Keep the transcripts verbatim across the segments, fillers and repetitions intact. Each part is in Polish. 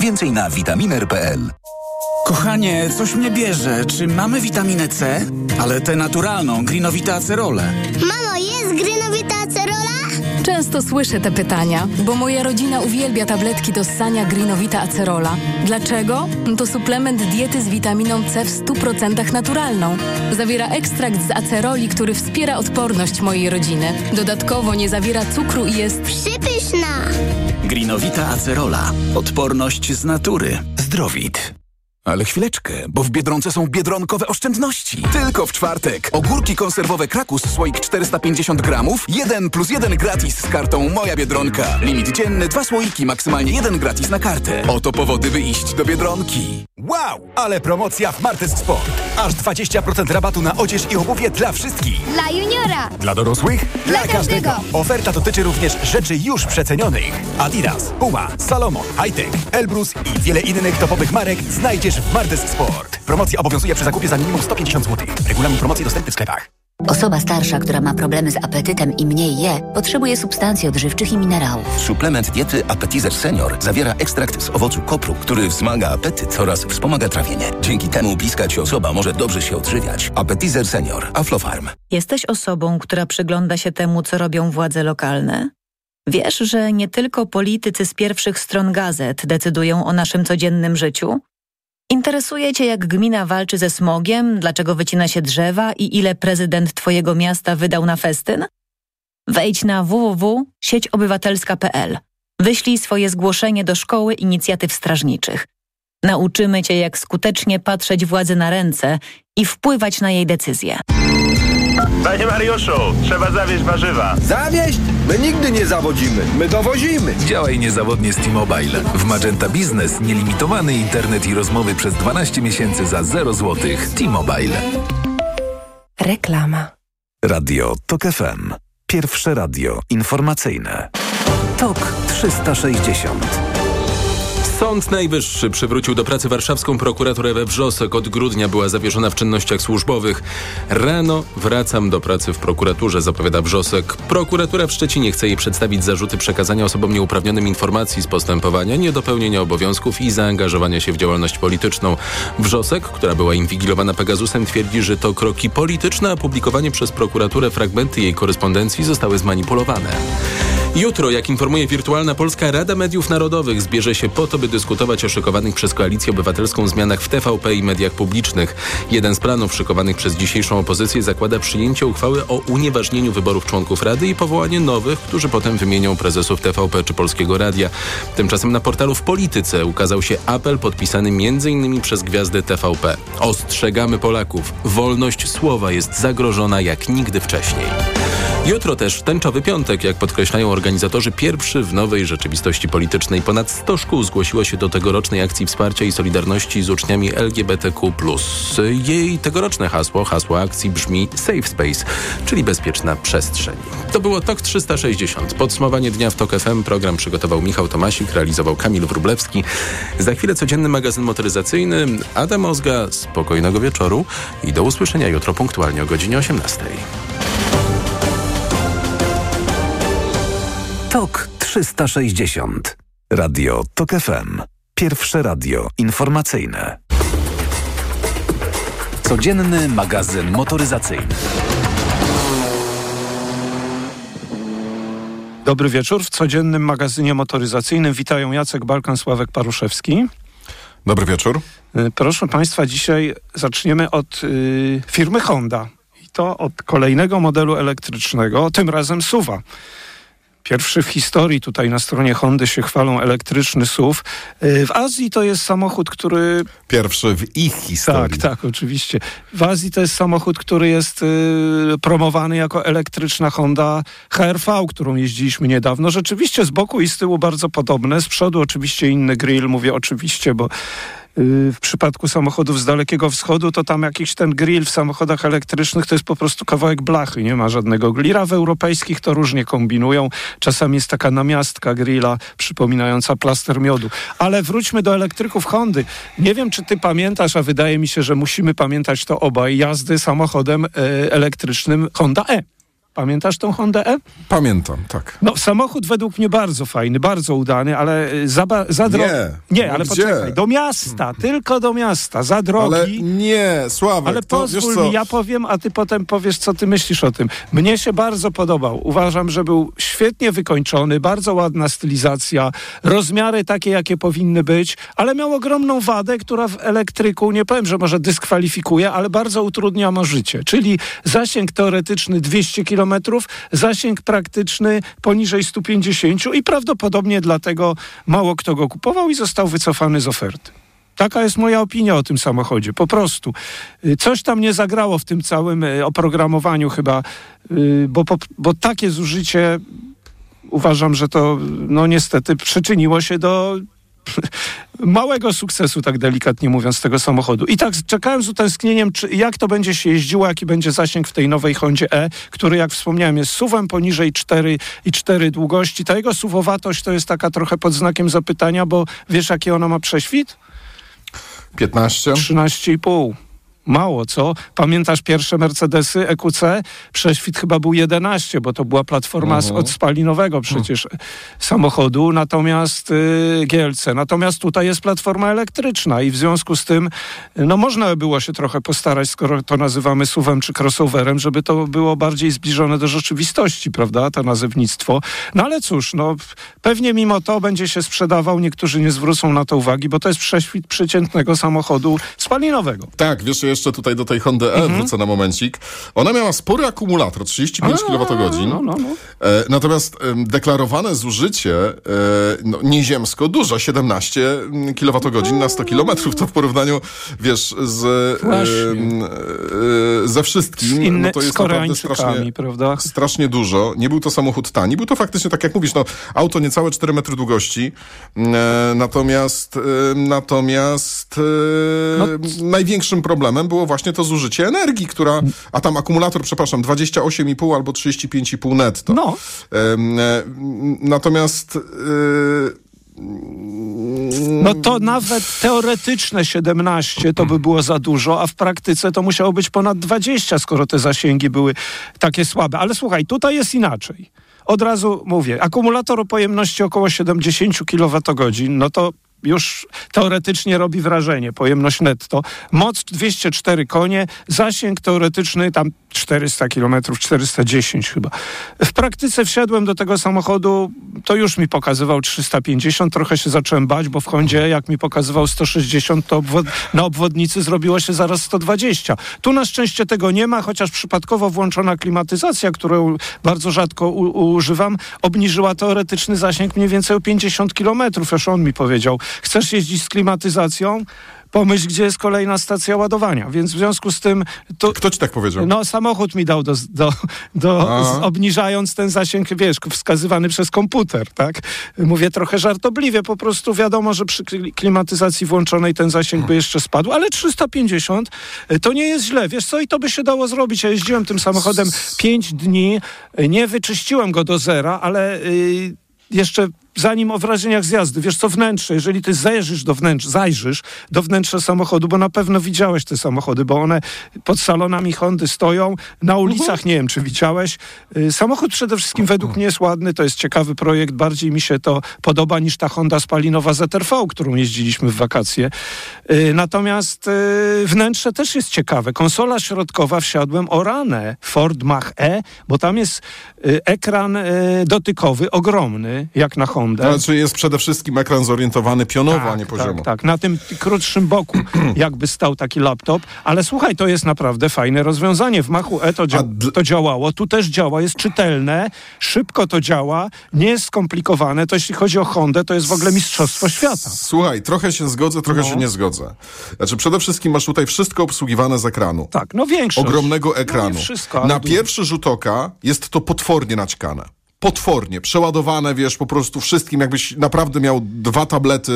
Więcej na vitaminer kropka p l. Kochanie, coś mnie bierze. Czy mamy witaminę C? Ale tę naturalną, Greenowita Acerolę. Mamo, jest Greenowita Acerola? Często słyszę te pytania, bo moja rodzina uwielbia tabletki do ssania Greenowita Acerola. Dlaczego? To suplement diety z witaminą C w stu procentach naturalną. Zawiera ekstrakt z aceroli, który wspiera odporność mojej rodziny. Dodatkowo nie zawiera cukru i jest Przypyszna. Greenowita Acerola. Odporność z natury. Zdrowit. Ale chwileczkę, bo w Biedronce są biedronkowe oszczędności. Tylko w czwartek. Ogórki konserwowe Krakus, słoik czterysta pięćdziesiąt gramów, jeden plus jeden gratis z kartą Moja Biedronka. Limit dzienny, dwa słoiki, maksymalnie jeden gratis na kartę. Oto powody, by iść do Biedronki. Wow, ale promocja w Martes Sport. Aż dwadzieścia procent rabatu na odzież i obuwie dla wszystkich. Dla juniora. Dla dorosłych? Dla każdego. Oferta dotyczy również rzeczy już przecenionych. Adidas, Puma, Salomon, Hightech, Elbrus i wiele innych topowych marek znajdziesz w Martes Sport. Promocja obowiązuje przy zakupie za minimum sto pięćdziesiąt złotych. Regulamin promocji dostępny w sklepach. Osoba starsza, która ma problemy z apetytem i mniej je, potrzebuje substancji odżywczych i minerałów. Suplement diety Appetizer Senior zawiera ekstrakt z owocu kopru, który wzmaga apetyt oraz wspomaga trawienie. Dzięki temu bliska ci osoba może dobrze się odżywiać. Appetizer Senior. Aflofarm. Jesteś osobą, która przygląda się temu, co robią władze lokalne? Wiesz, że nie tylko politycy z pierwszych stron gazet decydują o naszym codziennym życiu? Interesuje cię, jak gmina walczy ze smogiem, dlaczego wycina się drzewa i ile prezydent twojego miasta wydał na festyn? Wejdź na w w w kropka sieć obywatelska kropka p l. Wyślij swoje zgłoszenie do Szkoły Inicjatyw Strażniczych. Nauczymy cię, jak skutecznie patrzeć władzy na ręce i wpływać na jej decyzje. Panie Mariuszu, trzeba zawieźć warzywa. Zawieźć? My nigdy nie zawodzimy, my dowozimy. Działaj niezawodnie z T-Mobile. W Magenta Business nielimitowany internet i rozmowy przez dwanaście miesięcy za zero złotych. T-Mobile. Reklama. Radio Tok F M. Pierwsze radio informacyjne. Tok trzysta sześćdziesiąt. Sąd Najwyższy przywrócił do pracy warszawską prokuraturę we Wrzosek. Od grudnia była zawieszona w czynnościach służbowych. Rano wracam do pracy w prokuraturze, zapowiada Wrzosek. Prokuratura w Szczecinie chce jej przedstawić zarzuty przekazania osobom nieuprawnionym informacji z postępowania, niedopełnienia obowiązków i zaangażowania się w działalność polityczną. Wrzosek, która była inwigilowana Pegasusem, twierdzi, że to kroki polityczne, a publikowanie przez prokuraturę fragmenty jej korespondencji zostały zmanipulowane. Jutro, jak informuje Wirtualna Polska, Rada Mediów Narodowych zbierze się po to, by dyskutować o szykowanych przez Koalicję Obywatelską zmianach w T V P i mediach publicznych. Jeden z planów szykowanych przez dzisiejszą opozycję zakłada przyjęcie uchwały o unieważnieniu wyborów członków Rady i powołanie nowych, którzy potem wymienią prezesów T V P czy Polskiego Radia. Tymczasem na portalu W Polityce ukazał się apel podpisany między innymi przez gwiazdy T V P. Ostrzegamy Polaków. Wolność słowa jest zagrożona jak nigdy wcześniej. Jutro też tęczowy piątek, jak podkreślają organizatorzy, pierwszy w nowej rzeczywistości politycznej. Ponad sto szkół zgłosiło się do tegorocznej akcji wsparcia i solidarności z uczniami L G B T Q plus. Jej tegoroczne hasło, hasło akcji brzmi Safe Space, czyli bezpieczna przestrzeń. To było Tok trzysta sześćdziesiąt. Podsumowanie dnia w Tok F M. Program przygotował Michał Tomasik, realizował Kamil Wróblewski. Za chwilę codzienny magazyn motoryzacyjny. Adam Ozga, spokojnego wieczoru i do usłyszenia jutro punktualnie o godzinie osiemnastej. Tok trzysta sześćdziesiąt. Radio Tok F M. Pierwsze radio informacyjne. Codzienny magazyn motoryzacyjny. Dobry wieczór. W codziennym magazynie motoryzacyjnym witają Jacek Balkan, Sławek Paruszewski. Dobry wieczór. Proszę Państwa, dzisiaj zaczniemy od y, firmy Honda. I to od kolejnego modelu elektrycznego, tym razem suwa. Pierwszy w historii, tutaj na stronie Hondy się chwalą elektryczny S U V. W Azji to jest samochód, który... Pierwszy w ich historii. Tak, tak, oczywiście. W Azji to jest samochód, który jest y, promowany jako elektryczna Honda H R V, którą jeździliśmy niedawno. Rzeczywiście z boku i z tyłu bardzo podobne. Z przodu oczywiście inny grill, mówię oczywiście, bo w przypadku samochodów z Dalekiego Wschodu to tam jakiś ten grill w samochodach elektrycznych to jest po prostu kawałek blachy, nie ma żadnego grilla. W europejskich to różnie kombinują. Czasami jest taka namiastka grilla przypominająca plaster miodu. Ale wróćmy do elektryków Hondy. Nie wiem, czy ty pamiętasz, a wydaje mi się, że musimy pamiętać to obaj, jazdy samochodem e, elektrycznym Honda E. Pamiętasz tą Hondę E? Pamiętam, tak. No samochód według mnie bardzo fajny, bardzo udany, ale za, za drogi... Nie, nie, no ale gdzie? poczekaj, do miasta, tylko do miasta, za drogi. Ale nie, Sławek, Ale to, pozwól wiesz co? mi, ja powiem, a ty potem powiesz, co ty myślisz o tym. Mnie się bardzo podobał. Uważam, że był świetnie wykończony, bardzo ładna stylizacja, rozmiary takie, jakie powinny być, ale miał ogromną wadę, która w elektryku, nie powiem, że może dyskwalifikuje, ale bardzo utrudnia mu życie. Czyli zasięg teoretyczny dwieście kilometrów, zasięg praktyczny poniżej sto pięćdziesiąt i prawdopodobnie dlatego mało kto go kupował i został wycofany z oferty. Taka jest moja opinia o tym samochodzie, po prostu. Coś tam nie zagrało w tym całym oprogramowaniu chyba, bo, bo takie zużycie, uważam, że to no niestety przyczyniło się do małego sukcesu, tak delikatnie mówiąc, tego samochodu. I tak czekałem z utęsknieniem, czy, jak to będzie się jeździło, jaki będzie zasięg w tej nowej Hondzie E, który, jak wspomniałem, jest suwem poniżej cztery i cztery długości. Ta jego suwowatość to jest taka trochę pod znakiem zapytania, bo wiesz, jaki ona ma prześwit? piętnaście? trzynaście i pół. Mało, co? Pamiętasz pierwsze Mercedesy E Q C? Prześwit chyba był jedenaście, bo to była platforma Mhm. od spalinowego przecież mhm. samochodu, natomiast y, G L C. Natomiast tutaj jest platforma elektryczna i w związku z tym no można by było się trochę postarać, skoro to nazywamy suwem czy crossoverem, żeby to było bardziej zbliżone do rzeczywistości, prawda? To nazewnictwo. No ale cóż, no pewnie mimo to będzie się sprzedawał, niektórzy nie zwrócą na to uwagi, bo to jest prześwit przeciętnego samochodu spalinowego. Tak, wiesz, jeszcze tutaj do tej Hondy E Mhm. wrócę na momencik. Ona miała spory akumulator, trzydzieści pięć kilowatogodzin. No, no, no. E, natomiast e, deklarowane zużycie e, no, nieziemsko dużo, siedemnaście kilowatogodzin na sto kilometrów. To w porównaniu, wiesz, z, e, e, ze wszystkim, Inne, no to jest z naprawdę strasznie, prawda? strasznie dużo. Nie był to samochód tani. Był to faktycznie, tak jak mówisz, no, auto niecałe cztery metry długości. E, natomiast e, natomiast e, No. największym problemem było właśnie to zużycie energii, która, a tam akumulator, przepraszam, dwadzieścia osiem i pół albo trzydzieści pięć i pół netto. No. Ehm, e, natomiast e, No to nawet teoretyczne siedemnaście to by było za dużo, a w praktyce to musiało być ponad dwadzieścia, skoro te zasięgi były takie słabe. Ale słuchaj, tutaj jest inaczej. Od razu mówię, akumulator o pojemności około siedemdziesiąt kilowatogodzin, no to już teoretycznie robi wrażenie, pojemność netto. Moc dwieście cztery konie, zasięg teoretyczny tam czterysta kilometrów, czterysta dziesięć chyba. W praktyce wsiadłem do tego samochodu, to już mi pokazywał trzysta pięćdziesiąt, trochę się zacząłem bać, bo w Hondzie jak mi pokazywał sto sześćdziesiąt, to obwod- na obwodnicy zrobiło się zaraz sto dwadzieścia. Tu na szczęście tego nie ma, chociaż przypadkowo włączona klimatyzacja, którą bardzo rzadko u- używam, obniżyła teoretyczny zasięg mniej więcej o pięćdziesiąt kilometrów, już on mi powiedział. Chcesz jeździć z klimatyzacją? Pomyśl, gdzie jest kolejna stacja ładowania. Więc w związku z tym... To, kto ci tak powiedział? No, samochód mi dał, do, do, do z, obniżając ten zasięg, wiesz, wskazywany przez komputer, tak? Mówię trochę żartobliwie, po prostu wiadomo, że przy klimatyzacji włączonej ten zasięg by jeszcze spadł, ale trzysta pięćdziesiąt to nie jest źle. Wiesz co, i to by się dało zrobić. Ja jeździłem tym samochodem pięć dni, nie wyczyściłem go do zera, ale yy, jeszcze... Zanim o wrażeniach z jazdy, wiesz co, wnętrze, jeżeli ty zajrzysz do wnętrza, zajrzysz do wnętrza samochodu, bo na pewno widziałeś te samochody, bo one pod salonami Hondy stoją, na ulicach, uh-huh. nie wiem, czy widziałeś. Samochód przede wszystkim według mnie jest ładny, to jest ciekawy projekt, bardziej mi się to podoba niż ta Honda spalinowa Z R V, którą jeździliśmy w wakacje. Natomiast wnętrze też jest ciekawe. Konsola środkowa, wsiadłem o ranę, Ford Mach-E, bo tam jest ekran dotykowy ogromny, jak na Honda. Znaczy jest przede wszystkim ekran zorientowany pionowo, tak, a nie poziomo. Tak, tak. Na tym krótszym boku jakby stał taki laptop, ale słuchaj, to jest naprawdę fajne rozwiązanie. W Machu E to, dzia- dl- to działało, tu też działa, jest czytelne, szybko to działa, nie jest skomplikowane, to jeśli chodzi o Hondę, to jest w ogóle mistrzostwo świata. Słuchaj, trochę się zgodzę, trochę no. się nie zgodzę. Znaczy przede wszystkim masz tutaj wszystko obsługiwane z ekranu. Tak, no większość. Ogromnego ekranu. No nie wszystko, na ale pierwszy rzut oka jest to potwornie naćkane. Potwornie, przeładowane, wiesz, po prostu wszystkim, jakbyś naprawdę miał dwa tablety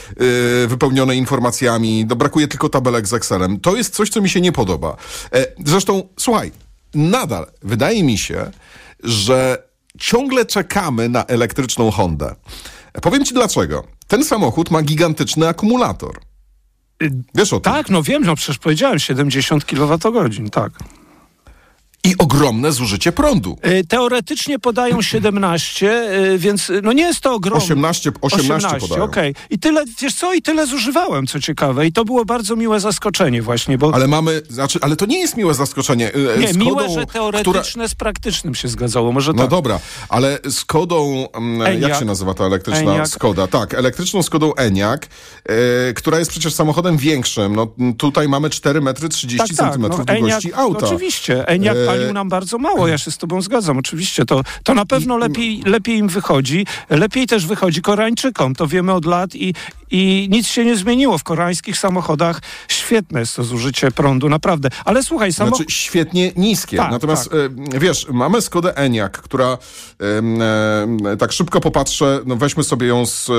yy, wypełnione informacjami, no, brakuje tylko tabelek z Excelem. To jest coś, co mi się nie podoba. E, zresztą, słuchaj, nadal wydaje mi się, że ciągle czekamy na elektryczną Hondę. Powiem ci dlaczego. Ten samochód ma gigantyczny akumulator. Wiesz o tym? Tak, no wiem, no przecież powiedziałem siedemdziesiąt kilowatogodzin, tak. i ogromne zużycie prądu. Teoretycznie podają siedemnaście, więc no nie jest to ogromne. osiemnaście, osiemnaście, osiemnaście podają. Okej. Okay. I tyle, wiesz co, i tyle zużywałem, co ciekawe. I to było bardzo miłe zaskoczenie właśnie, bo... Ale mamy, znaczy, ale to nie jest miłe zaskoczenie. Nie, Skodą, miłe, że teoretyczne która... z praktycznym się zgadzało, może No tak. dobra, ale Skodą, Enyaq. Jak się nazywa ta elektryczna Enyaq. Skoda? Tak, elektryczną Skodą Enyaq, e, która jest przecież samochodem większym. No tutaj mamy cztery metry trzydzieści centymetrów tak, no, długości Enyaq, auta. No, oczywiście, Enyaq e... palił nam bardzo mało, ja się z tobą zgadzam, oczywiście. To, to na pewno I... lepiej, lepiej im wychodzi. Lepiej też wychodzi Koreańczykom, to wiemy od lat i, i nic się nie zmieniło w koreańskich samochodach. Świetne jest to zużycie prądu, naprawdę. Ale słuchaj, samochód... Znaczy świetnie niskie. Tak, Natomiast tak. E, wiesz, mamy Skodę Enyaq, która e, e, tak szybko popatrzę, no weźmy sobie ją z... E,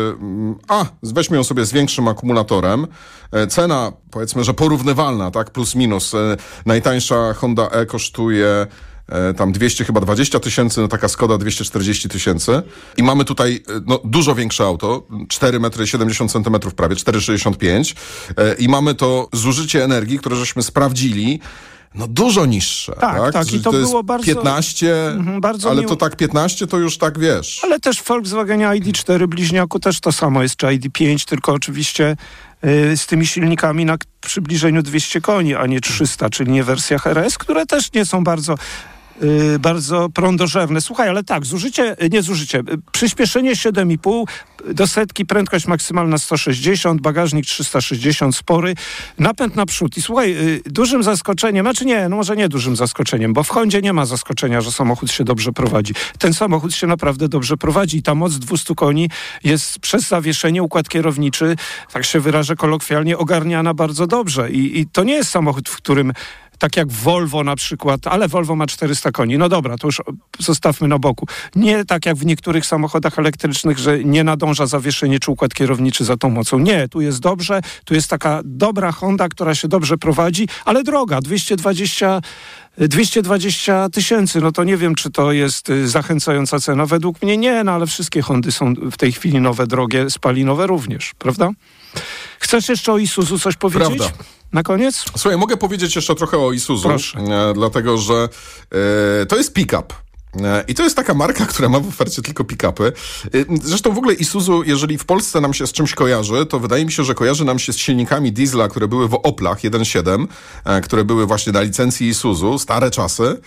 a, weźmy ją sobie z większym akumulatorem. E, cena, powiedzmy, że porównywalna, tak, plus minus. E, najtańsza Honda E kosztuje tam dwieście chyba dwadzieścia tysięcy, no taka Skoda dwieście czterdzieści tysięcy. I mamy tutaj no, dużo większe auto, cztery metry siedemdziesiąt centymetrów prawie, cztery sześćdziesiąt pięć. I mamy to zużycie energii, które żeśmy sprawdzili, no dużo niższe. Tak, tak, tak. I to, to było jest bardzo... piętnaście, mhm, bardzo ale miło. To tak piętnaście to już tak wiesz. Ale też w Volkswagenie I D cztery bliźniaku też to samo jest, czy I D pięć, tylko oczywiście yy, z tymi silnikami na przybliżeniu dwieście koni, a nie trzysta, czyli nie wersjach R S, które też nie są bardzo... Yy, bardzo prądożerne. Słuchaj, ale tak, zużycie, nie zużycie, przyspieszenie siedem i pół, do setki prędkość maksymalna sto sześćdziesiąt, bagażnik trzysta sześćdziesiąt, spory, napęd naprzód. I słuchaj, yy, dużym zaskoczeniem, znaczy nie, no może nie dużym zaskoczeniem, bo w Hondzie nie ma zaskoczenia, że samochód się dobrze prowadzi. Ten samochód się naprawdę dobrze prowadzi i ta moc dwieście koni jest przez zawieszenie, układ kierowniczy, tak się wyrażę kolokwialnie, ogarniana bardzo dobrze. I, i to nie jest samochód, w którym tak jak Volvo na przykład, ale Volvo ma czterysta koni. No dobra, to już zostawmy na boku. Nie tak jak w niektórych samochodach elektrycznych, że nie nadąża zawieszenie czy układ kierowniczy za tą mocą. Nie, tu jest dobrze, tu jest taka dobra Honda, która się dobrze prowadzi, ale droga, dwieście dwadzieścia dwieście dwadzieścia tysięcy, no to nie wiem, czy to jest zachęcająca cena. Według mnie nie, no ale wszystkie Hondy są w tej chwili nowe, drogie, spalinowe również, prawda? Chcesz jeszcze o Isuzu coś powiedzieć? Prawda. Na koniec? Słuchaj, mogę powiedzieć jeszcze trochę o Isuzu, Proszę. E, dlatego że e, to jest pick-up. E, I to jest taka marka, która ma w ofercie tylko pick-upy. E, zresztą w ogóle Isuzu, jeżeli w Polsce nam się z czymś kojarzy, to wydaje mi się, że kojarzy nam się z silnikami diesla, które były w Oplach jeden siedem, e, które były właśnie na licencji Isuzu, stare czasy.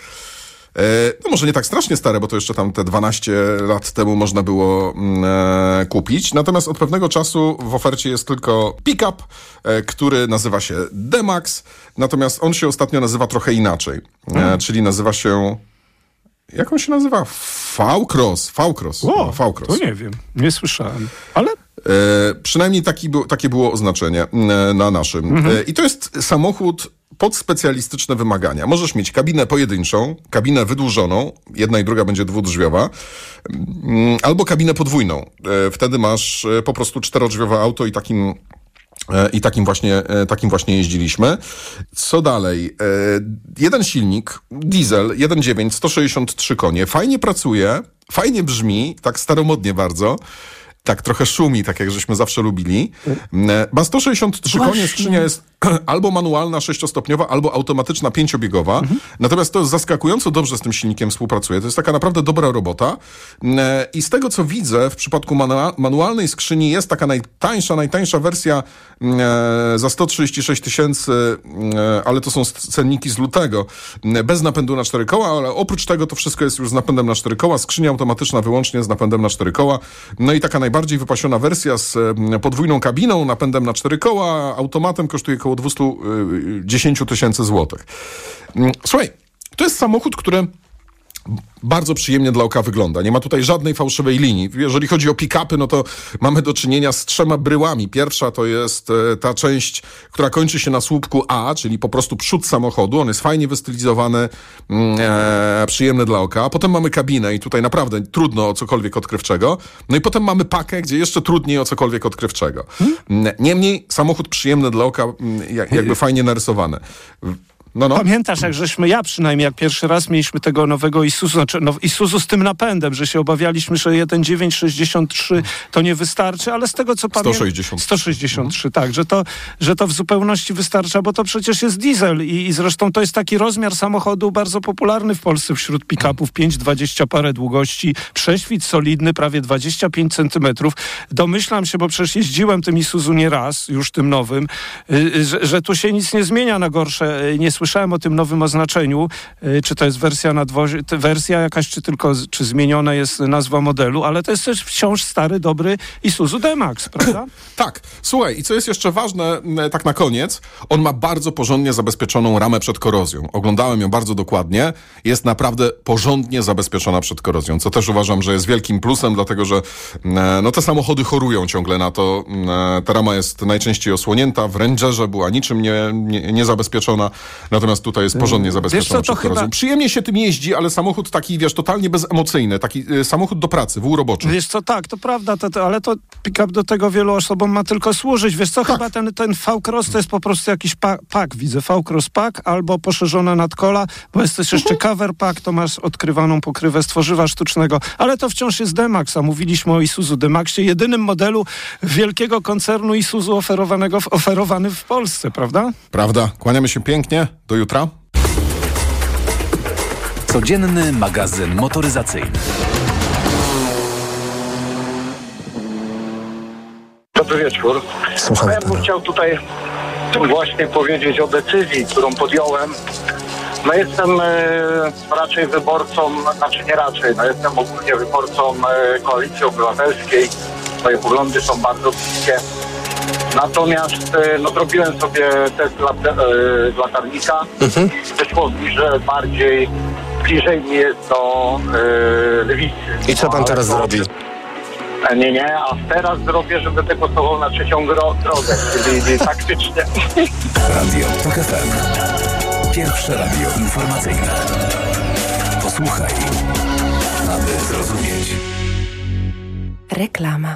No może nie tak strasznie stare, bo to jeszcze tam te dwanaście lat temu można było e, kupić. Natomiast od pewnego czasu w ofercie jest tylko pick-up, e, który nazywa się D-Max. Natomiast on się ostatnio nazywa trochę inaczej. E, hmm. Czyli nazywa się... Jak on się nazywa? V-Cross. V-Cross. O, no, V-Cross. To nie wiem. Nie słyszałem. Ale... E, przynajmniej taki bu- takie było oznaczenie e, na naszym. Mhm. E, I to jest samochód pod specjalistyczne wymagania. Możesz mieć kabinę pojedynczą, kabinę wydłużoną, jedna i druga będzie dwudrzwiowa, albo kabinę podwójną. Wtedy masz po prostu czterodrzwiowe auto i takim I takim właśnie, takim właśnie jeździliśmy. Co dalej? Jeden silnik, diesel, jeden dziewięć, sto sześćdziesiąt trzy konie. Fajnie pracuje, fajnie brzmi, tak staromodnie bardzo. Tak trochę szumi, tak jak żeśmy zawsze lubili. Ma sto sześćdziesiąt trzy konie, skrzynia jest albo manualna sześciostopniowa, albo automatyczna pięciobiegowa. Mhm. Natomiast to zaskakująco dobrze z tym silnikiem współpracuje. To jest taka naprawdę dobra robota. I z tego, co widzę, w przypadku manua- manualnej skrzyni jest taka najtańsza, najtańsza wersja za sto trzydzieści sześć tysięcy, ale to są cenniki z lutego, bez napędu na cztery koła, ale oprócz tego to wszystko jest już z napędem na cztery koła. Skrzynia automatyczna wyłącznie z napędem na cztery koła. No i taka najbardziej wypasiona wersja z podwójną kabiną, napędem na cztery koła, automatem kosztuje około dwieście dziesięć tysięcy złotych. Słuchaj, to jest samochód, który bardzo przyjemnie dla oka wygląda. Nie ma tutaj żadnej fałszywej linii. Jeżeli chodzi o pick-upy, no to mamy do czynienia z trzema bryłami. Pierwsza to jest e, ta część, która kończy się na słupku A, czyli po prostu przód samochodu. On jest fajnie wystylizowany, e, przyjemny dla oka. Potem mamy kabinę i tutaj naprawdę trudno o cokolwiek odkrywczego. No i potem mamy pakę, gdzie jeszcze trudniej o cokolwiek odkrywczego. Hmm? Niemniej samochód przyjemny dla oka, jak, jakby fajnie narysowany. No, no. Pamiętasz, jak żeśmy, ja przynajmniej, jak pierwszy raz mieliśmy tego nowego Isuzu, znaczy no, Isuzu z tym napędem, że się obawialiśmy, że jeden dziewięć sześćdziesiąt trzy to nie wystarczy, ale z tego co pamiętam... sto sześćdziesiąt. sto sześćdziesiąt trzy, tak, że to, że to w zupełności wystarcza, bo to przecież jest diesel i, i zresztą to jest taki rozmiar samochodu bardzo popularny w Polsce wśród pick-upów, pięć dwadzieścia parę długości, prześwit solidny, prawie dwadzieścia pięć centymetrów. Domyślam się, bo przecież jeździłem tym Isuzu nie raz, już tym nowym, y, że, że tu się nic nie zmienia na gorsze. Nie słyszałem o tym nowym oznaczeniu, y, czy to jest wersja nadwozie, wersja jakaś, czy tylko czy zmieniona jest nazwa modelu, ale to jest też wciąż stary, dobry Isuzu D-Max, prawda? Tak. Słuchaj, i co jest jeszcze ważne, tak na koniec, on ma bardzo porządnie zabezpieczoną ramę przed korozją. Oglądałem ją bardzo dokładnie. Jest naprawdę porządnie zabezpieczona przed korozją, co też uważam, że jest wielkim plusem, dlatego że no, te samochody chorują ciągle na to. Ta rama jest najczęściej osłonięta. W Rangerze była niczym nie, nie, nie zabezpieczona, natomiast tutaj jest porządnie zabezpieczona Wiesz co, przed korozją. chyba... Przyjemnie się tym jeździ, ale samochód taki, wiesz, totalnie bezemocyjny. Taki y, samochód do pracy, wół roboczy. Wiesz co, tak, to prawda, to, to, ale to pick-up do tego wielu osobom ma tylko służyć. Wiesz co, tak. Chyba ten, ten V-Cross to jest po prostu jakiś pa- pack, widzę, V-Cross pack albo poszerzone nadkola, bo jest też jeszcze cover pack, to masz odkrywaną pokrywę z tworzywa sztucznego, ale to wciąż jest D-Max, a mówiliśmy o Isuzu D-Maxie, jedynym modelu wielkiego koncernu Isuzu oferowanego, oferowany w Polsce, prawda? Prawda. Kłaniamy się pięknie. Do jutra. Codzienny magazyn motoryzacyjny. Dobry wieczór. Słucham. Ja bym chciał tutaj właśnie powiedzieć o decyzji, którą podjąłem. No jestem e, raczej wyborcą, znaczy nie raczej, no jestem ogólnie wyborcą e, Koalicji Obywatelskiej. Moje poglądy są bardzo bliskie. Natomiast e, no zrobiłem sobie test lat, e, latarnika. Mhm. Wyszło mi, że bardziej bliżej mi jest do e, lewicy. I co pan teraz to, zrobi? Nie, nie, a teraz zrobię, żeby tego głosował na trzecią gro- drogę, czyli taktycznie. Radio TOK F M. Pierwsze radio informacyjne. Posłuchaj, aby zrozumieć. Reklama.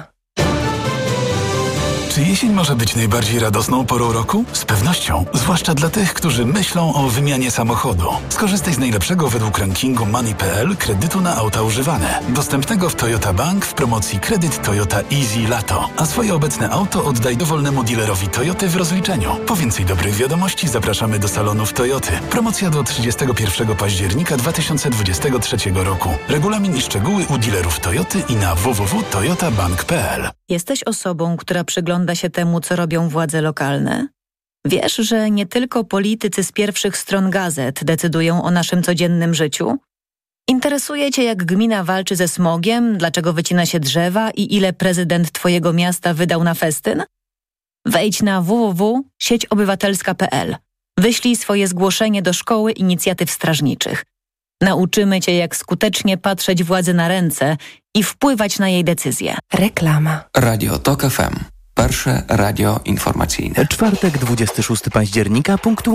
Czy jesień może być najbardziej radosną porą roku? Z pewnością, zwłaszcza dla tych, którzy myślą o wymianie samochodu. Skorzystaj z najlepszego według rankingu Money kropka p l kredytu na auta używane. Dostępnego w Toyota Bank w promocji kredyt Toyota Easy Lato. A swoje obecne auto oddaj dowolnemu dealerowi Toyoty w rozliczeniu. Po więcej dobrych wiadomości zapraszamy do salonów Toyoty. Promocja do trzydziestego pierwszego października dwa tysiące dwudziestego trzeciego roku. Regulamin i szczegóły u dealerów Toyoty i na w w w kropka toyota bank kropka p l. Jesteś osobą, która przygląda się temu, co robią władze lokalne? Wiesz, że nie tylko politycy z pierwszych stron gazet decydują o naszym codziennym życiu? Interesuje cię, jak gmina walczy ze smogiem, dlaczego wycina się drzewa i ile prezydent twojego miasta wydał na festyn? Wejdź na w w w kropka sieć obywatelska kropka p l. Wyślij swoje zgłoszenie do Szkoły Inicjatyw Strażniczych. Nauczymy cię, jak skutecznie patrzeć władzy na ręce i wpływać na jej decyzje. Reklama. Radio TOK F M. Pierwsze radio informacyjne. Czwartek, dwudziestego szóstego października, punktu